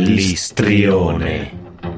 L'istrione.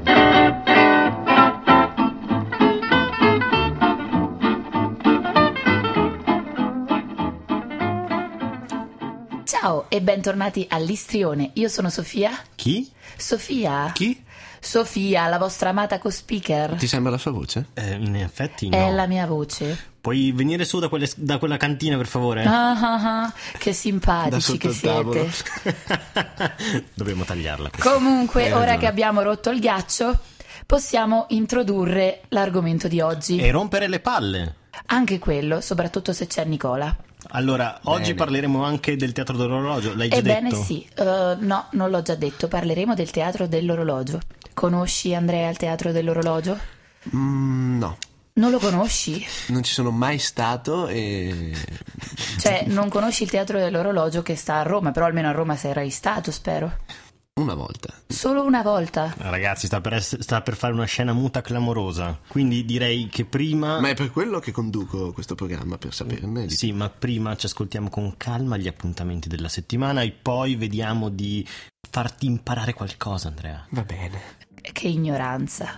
Ciao e bentornati all'Istrione. Io sono Sofia. Chi? Sofia. Chi? Sofia, la vostra amata co-speaker. Ti sembra la sua voce? In effetti no. È la mia voce. Puoi venire su da quella cantina, per favore? Che simpatici che siete. Dobbiamo tagliarla. Comunque, ora che abbiamo rotto il ghiaccio, possiamo introdurre l'argomento di oggi. E rompere le palle. Anche quello, soprattutto se c'è Nicola. Allora, oggi parleremo anche del teatro dell'orologio, l'hai già Ebbene detto? sì, no, non l'ho già detto, parleremo del teatro dell'orologio. Conosci, Andrea, il teatro dell'orologio? No. Non lo conosci? Non ci sono mai stato e... Cioè, non conosci il teatro dell'orologio che sta a Roma, però almeno a Roma sarai stato, spero. Una volta. Solo una volta? Ragazzi, sta per fare una scena muta clamorosa. Quindi direi che prima... Ma è per quello che conduco questo programma, per sapere meglio. Sì, ma prima ci ascoltiamo con calma gli appuntamenti della settimana e poi vediamo di farti imparare qualcosa, Andrea. Va bene. Che ignoranza.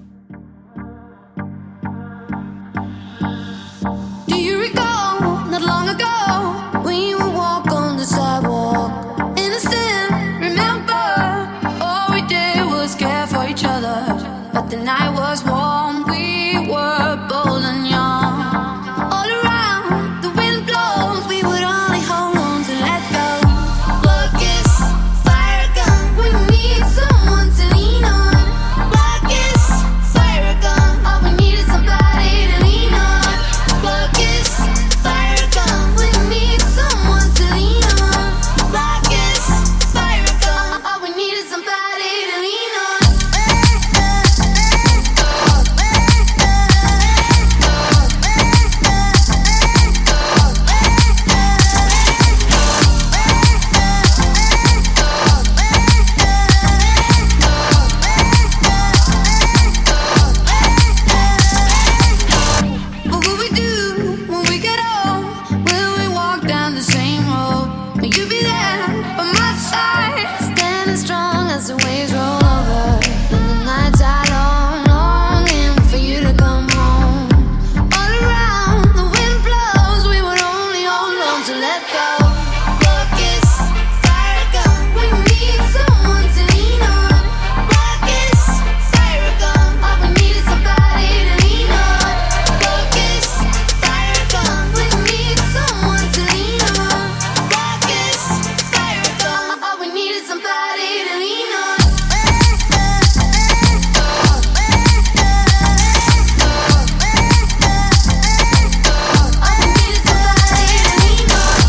Do you recall, not long ago, we would walk on the sidewalk, innocent, remember, all we did was care for each other, but the night was warm, we were bold and young, all around, the wind blows, we would only hold on to let go, blood kiss, fire gun, we need someone to lean on, blood kiss, fire gun, all we need is somebody to lean on, blood kiss, fire gun, we need someone to lean on, blood kiss, fire gun, all we need is somebody to lean on. What will we do when we get old? Will we walk down the same road? Will you be there by my side? Standing strong as the waves roll over. And the nights are long, longing for you to come home. All around, the wind blows, we would only hold on to let go. Blood kiss, fire gun, we need someone to lean on. Blood kiss, fire gun, all we need is somebody to lean on. Blood kiss, fire gun, we need someone to lean on. Blood kiss, fire gun, all we need is somebody to lean on. All we need is somebody to lean on.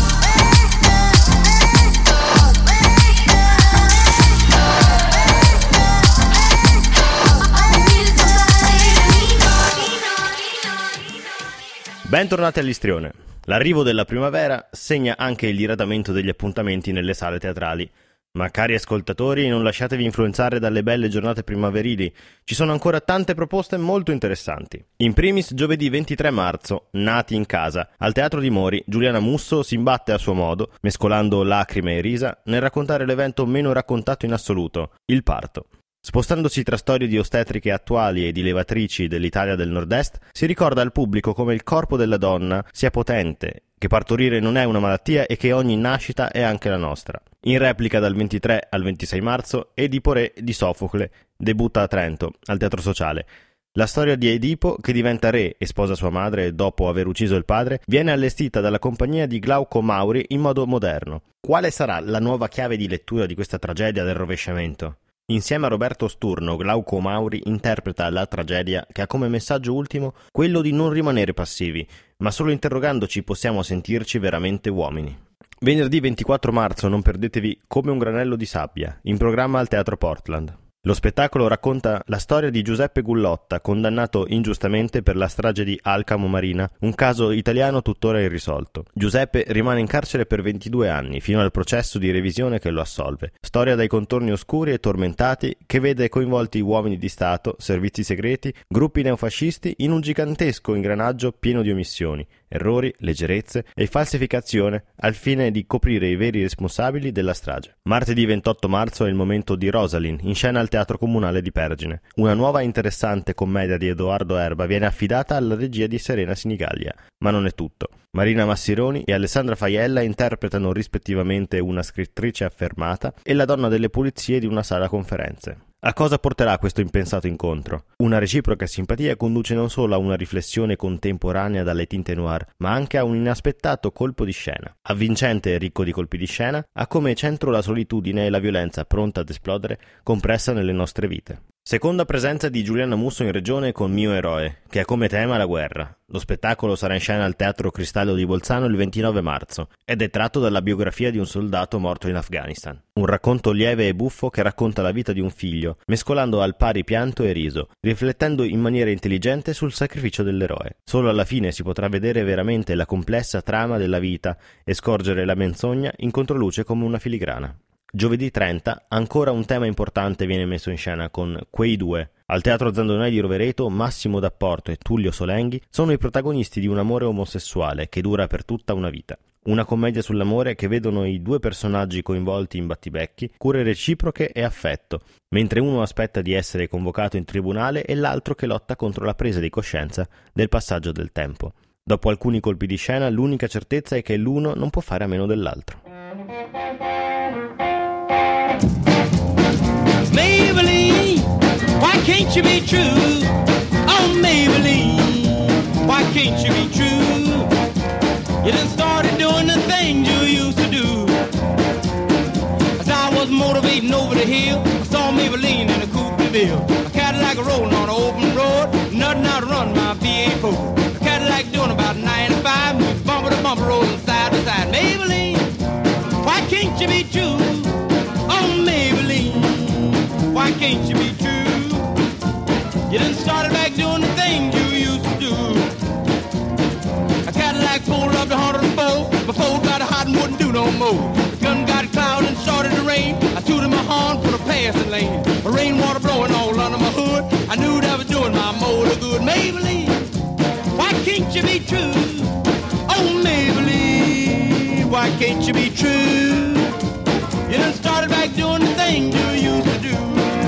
All we need is somebody to lean on. Bentornati all'Istrione. L'arrivo della primavera segna anche il diradamento degli appuntamenti nelle sale teatrali. Ma cari ascoltatori, non lasciatevi influenzare dalle belle giornate primaverili. Ci sono ancora tante proposte molto interessanti. In primis, giovedì 23 marzo, Nati in casa. Al Teatro di Mori, Giuliana Musso si imbatte a suo modo, mescolando lacrime e risa, nel raccontare l'evento meno raccontato in assoluto, il parto. Spostandosi tra storie di ostetriche attuali e di levatrici dell'Italia del Nord-Est, si ricorda al pubblico come il corpo della donna sia potente, che partorire non è una malattia e che ogni nascita è anche la nostra. In replica dal 23 al 26 marzo, Edipo Re di Sofocle debutta a Trento, al Teatro Sociale. La storia di Edipo, che diventa re e sposa sua madre dopo aver ucciso il padre, viene allestita dalla compagnia di Glauco Mauri in modo moderno. Quale sarà la nuova chiave di lettura di questa tragedia del rovesciamento? Insieme a Roberto Sturno, Glauco Mauri interpreta la tragedia che ha come messaggio ultimo quello di non rimanere passivi, ma solo interrogandoci possiamo sentirci veramente uomini. Venerdì 24 marzo non perdetevi Come un granello di sabbia, in programma al Teatro Portland. Lo spettacolo racconta la storia di Giuseppe Gullotta, condannato ingiustamente per la strage di Alcamo Marina, un caso italiano tuttora irrisolto. Giuseppe rimane in carcere per 22 anni, fino al processo di revisione che lo assolve. Storia dai contorni oscuri e tormentati che vede coinvolti uomini di Stato, servizi segreti, gruppi neofascisti in un gigantesco ingranaggio pieno di omissioni. errori, leggerezze e falsificazione al fine di coprire i veri responsabili della strage. Martedì 28 marzo è il momento di Rosalind, in scena al Teatro Comunale di Pergine. Una nuova e interessante commedia di Edoardo Erba viene affidata alla regia di Serena Sinigaglia. Ma non è tutto. Marina Massironi e Alessandra Faiella interpretano rispettivamente una scrittrice affermata e la donna delle pulizie di una sala conferenze. A cosa porterà questo impensato incontro? Una reciproca simpatia conduce non solo a una riflessione contemporanea dalle tinte noir, ma anche a un inaspettato colpo di scena. Avvincente e ricco di colpi di scena, ha come centro la solitudine e la violenza pronta ad esplodere, compressa nelle nostre vite. Seconda presenza di Giuliana Musso in regione con Mio eroe, che ha come tema la guerra. Lo spettacolo sarà in scena al Teatro Cristallo di Bolzano il 29 marzo ed è tratto dalla biografia di un soldato morto in Afghanistan. Un racconto lieve e buffo che racconta la vita di un figlio, mescolando al pari pianto e riso, riflettendo in maniera intelligente sul sacrificio dell'eroe. Solo alla fine si potrà vedere veramente la complessa trama della vita e scorgere la menzogna in controluce come una filigrana. Giovedì 30 ancora un tema importante viene messo in scena con Quei due. Al Teatro Zandonai di Rovereto, Massimo D'Apporto e Tullio Solenghi sono i protagonisti di un amore omosessuale che dura per tutta una vita. Una commedia sull'amore che vedono i due personaggi coinvolti in battibecchi, cure reciproche e affetto, mentre uno aspetta di essere convocato in tribunale e l'altro che lotta contro la presa di coscienza del passaggio del tempo. Dopo alcuni colpi di scena, l'unica certezza è che l'uno non può fare a meno dell'altro. Maybelline, why can't you be true? Oh, Maybelline, why can't you be true? You done started doing the things you used to do. As I was motivating over the hill, I saw Maybelline in a coupe de ville. A Cadillac rolling on an open road, nothing out to run my V8 4. A Cadillac doing about 95, moves bumper to bumper, rolling side to side. Maybelline, why can't you be true? Oh, Maybelline, why can't you be true? You done started back doing the things you used to do. A Cadillac pulled up to 104, before got hot and wouldn't do no more. The gun got cloud and started to rain. I tooted my horn for the passing lane. The rainwater blowing all under my hood. I knew that was doing my motor good. Maybelline, why can't you be true? Oh, Maybelline, why can't you be true? You done started back doing the things you used to do.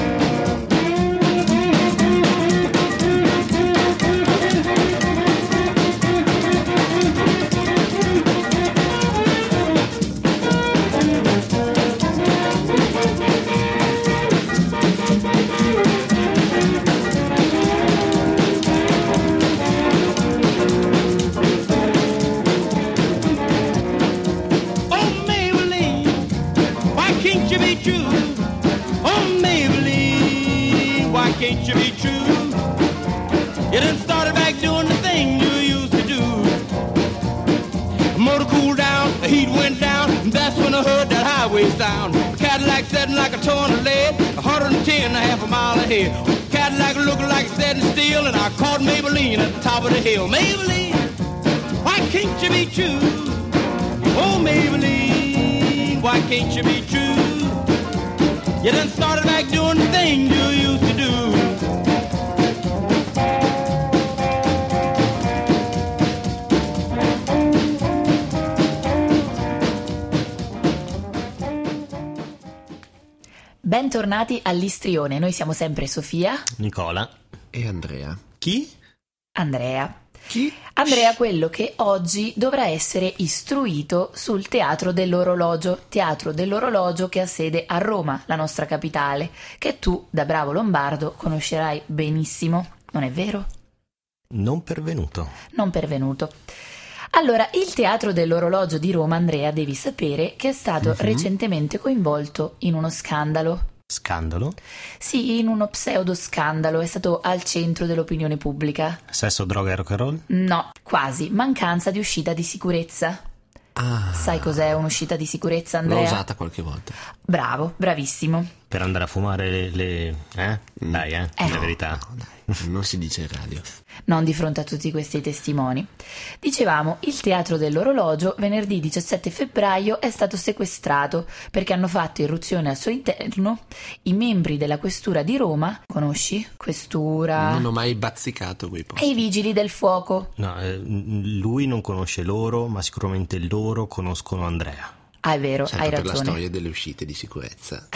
Can't you be true? You done started back doing the thing you used to do. The motor cooled down, the heat went down, and that's when I heard that highway sound. The Cadillac setting like a ton of lead, 110 and a half a mile ahead. The Cadillac looking like it's setting steel, and I caught Maybelline at the top of the hill. Maybelline, why can't you be true? Oh, Maybelline, why can't you be true? You done started back doing the thing you used to do. Bentornati all'Istrione, noi siamo sempre Sofia, Nicola E Andrea. Chi? Andrea. Chi? Andrea, quello che oggi dovrà essere istruito sul Teatro dell'Orologio che ha sede a Roma, la nostra capitale, che tu, da bravo lombardo, conoscerai benissimo, non è vero? Non pervenuto. Non pervenuto. Allora, il Teatro dell'Orologio di Roma, Andrea, devi sapere che è stato recentemente coinvolto in uno scandalo. Scandalo? Sì, in uno pseudo-scandalo, è stato al centro dell'opinione pubblica. Sesso, droga e rock and roll? No, quasi, mancanza di uscita di sicurezza. Ah, Sai cos'è un'uscita di sicurezza, Andrea? l'ho usata qualche volta. Bravo, bravissimo. Per andare a fumare Dai, la verità. Dai, non si dice in radio. Non di fronte a tutti questi testimoni. Dicevamo, il Teatro dell'Orologio venerdì 17 febbraio è stato sequestrato perché hanno fatto irruzione al suo interno i membri della Questura di Roma, conosci? Questura... Non ho mai bazzicato quei posti. E i Vigili del Fuoco. No, lui non conosce loro, ma sicuramente loro conoscono Andrea. Ah, è vero, Certo, hai per ragione. la storia delle uscite di sicurezza.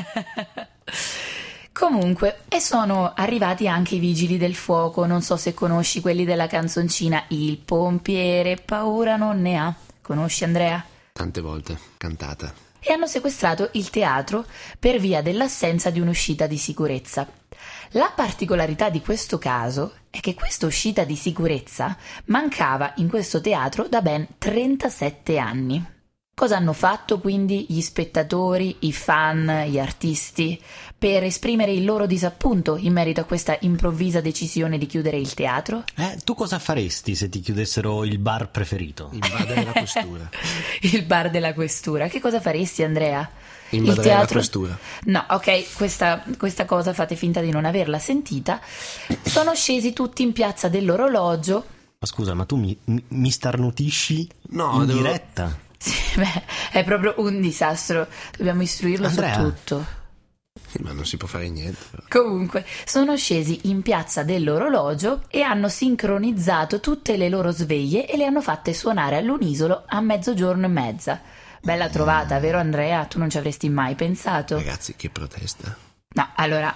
Comunque, e sono arrivati anche i Vigili del Fuoco, non so se conosci quelli della canzoncina Il pompiere paura non ne ha. Conosci, Andrea? Tante volte cantata. E hanno sequestrato il teatro per via dell'assenza di un'uscita di sicurezza. La particolarità di questo caso è che questa uscita di sicurezza mancava in questo teatro da ben 37 anni. Cosa hanno fatto quindi gli spettatori, i fan, gli artisti per esprimere il loro disappunto in merito a questa improvvisa decisione di chiudere il teatro? Tu cosa faresti se ti chiudessero il bar preferito? Invadere la questura. Il bar della questura. Che cosa faresti, Andrea? Invadere la questura. No, ok, questa cosa fate finta di non averla sentita. Sono scesi tutti in piazza dell'Orologio. Ma scusa, ma tu mi starnutisci No, in devo- diretta? Sì, beh, è proprio un disastro. Dobbiamo istruirlo Andrea. su tutto. Sì, ma non si può fare niente. Però. Comunque, sono scesi in piazza dell'Orologio e hanno sincronizzato tutte le loro sveglie e le hanno fatte suonare all'unisono a mezzogiorno e mezza. Bella trovata, vero Andrea? Tu non ci avresti mai pensato? Ragazzi, che protesta. No, allora,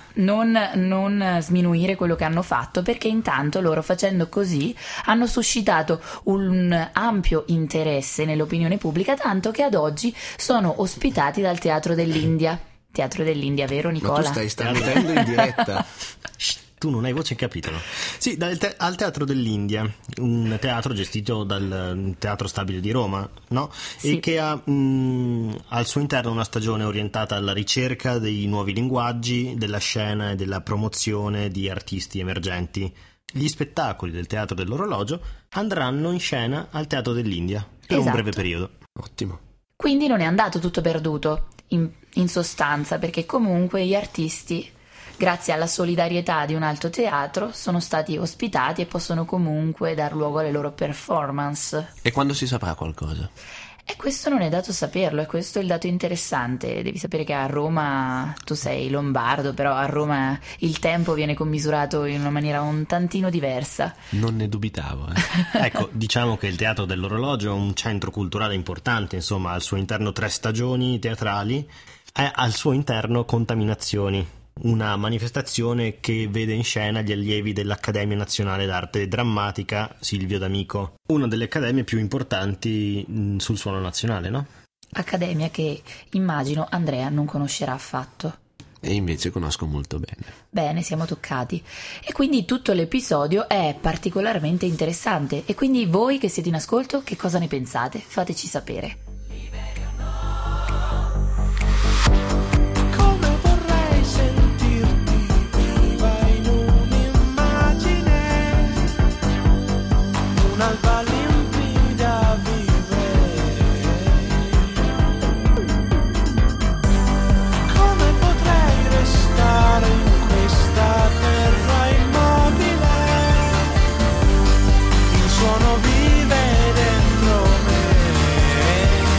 non sminuire quello che hanno fatto, perché intanto loro facendo così hanno suscitato un ampio interesse nell'opinione pubblica, tanto che ad oggi sono ospitati dal Teatro dell'India. Teatro dell'India, vero Ma Nicola? tu stai starnutendo in diretta. Shh, tu non hai voce in capitolo. Sì, al Teatro dell'India, un teatro gestito dal Teatro Stabile di Roma, no? Sì. E che ha al suo interno una stagione orientata alla ricerca dei nuovi linguaggi, della scena e della promozione di artisti emergenti. Gli spettacoli del Teatro dell'Orologio andranno in scena al Teatro dell'India per un Esatto. breve periodo. Ottimo. Quindi non è andato tutto perduto, in sostanza, perché comunque gli artisti, grazie alla solidarietà di un altro teatro, sono stati ospitati e possono comunque dar luogo alle loro performance. E quando si saprà qualcosa? E questo non è dato saperlo, e questo è il dato interessante. Devi sapere che a Roma, tu sei lombardo, però a Roma il tempo viene commisurato in una maniera un tantino diversa. Non ne dubitavo. Ecco, diciamo che il Teatro dell'Orologio è un centro culturale importante, insomma, ha al suo interno 3 stagioni teatrali e al suo interno Contaminazioni, una manifestazione che vede in scena gli allievi dell'Accademia Nazionale d'Arte Drammatica Silvio D'Amico, una delle accademie più importanti sul suolo nazionale, no? Accademia che immagino Andrea non conoscerà affatto. E invece conosco molto bene. Bene, siamo toccati. E quindi tutto l'episodio è particolarmente interessante. E quindi voi che siete in ascolto, che cosa ne pensate? Fateci sapere. Come vorrei sentirti viva in un'immagine, un'alba limpida vivere. Come potrei restare in questa terra immobile, il suono vive dentro me.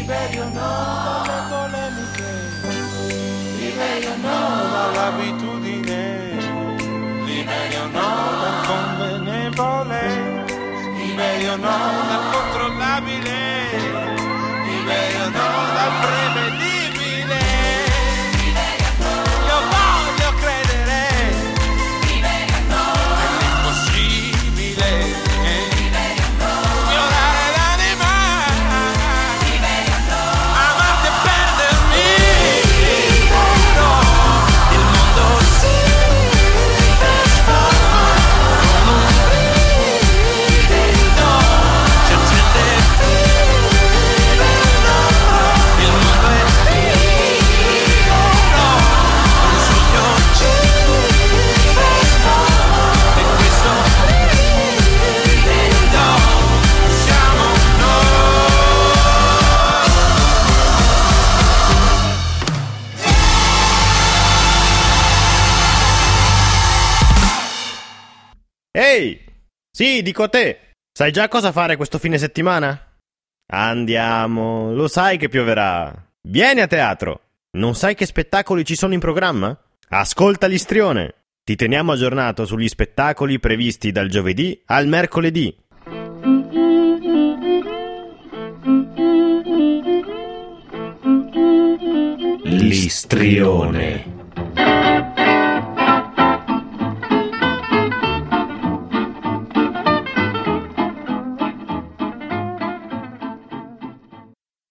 liberi o no dalle polemiche, liberi o no dall'abitudine, liberi o no dal convenevole, liberi o no dal controllabile, liberi o no dal prevedibile. Io voglio credere nell'impossibile, violare l'anima, amarti e perdermi. No, il mondo si trasforma con un grido, si accende il mondo è vivo, un sogno ci trasforma e questo grido siamo Ehi! Sì, dico a te. Sai già cosa fare questo fine settimana? Andiamo, lo sai che pioverà. Vieni a teatro. Non sai che spettacoli ci sono in programma? Ascolta l'Istrione. Ti teniamo aggiornato sugli spettacoli previsti dal giovedì al mercoledì. L'istrione.